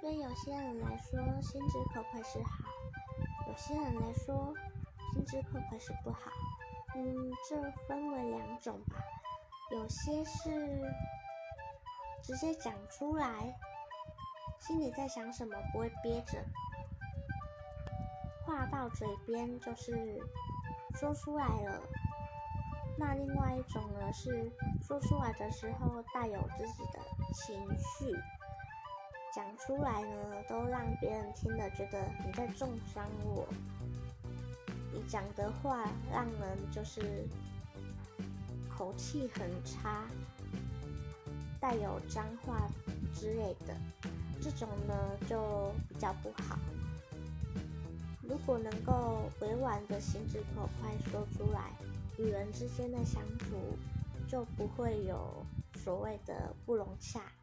对有些人来说，心直口快是好；有些人来说，心直口快是不好。这分为两种吧。有些是直接讲出来，心里在想什么不会憋着，话到嘴边就是说出来了。那另外一种呢，是说出来的时候带有自己的情绪，讲出来呢都让别人听了觉得你在中伤我，你讲的话让人就是口气很差，带有脏话之类的，这种呢就比较不好。如果能够委婉的心直口快说出来，与人之间的相处就不会有所谓的不融洽。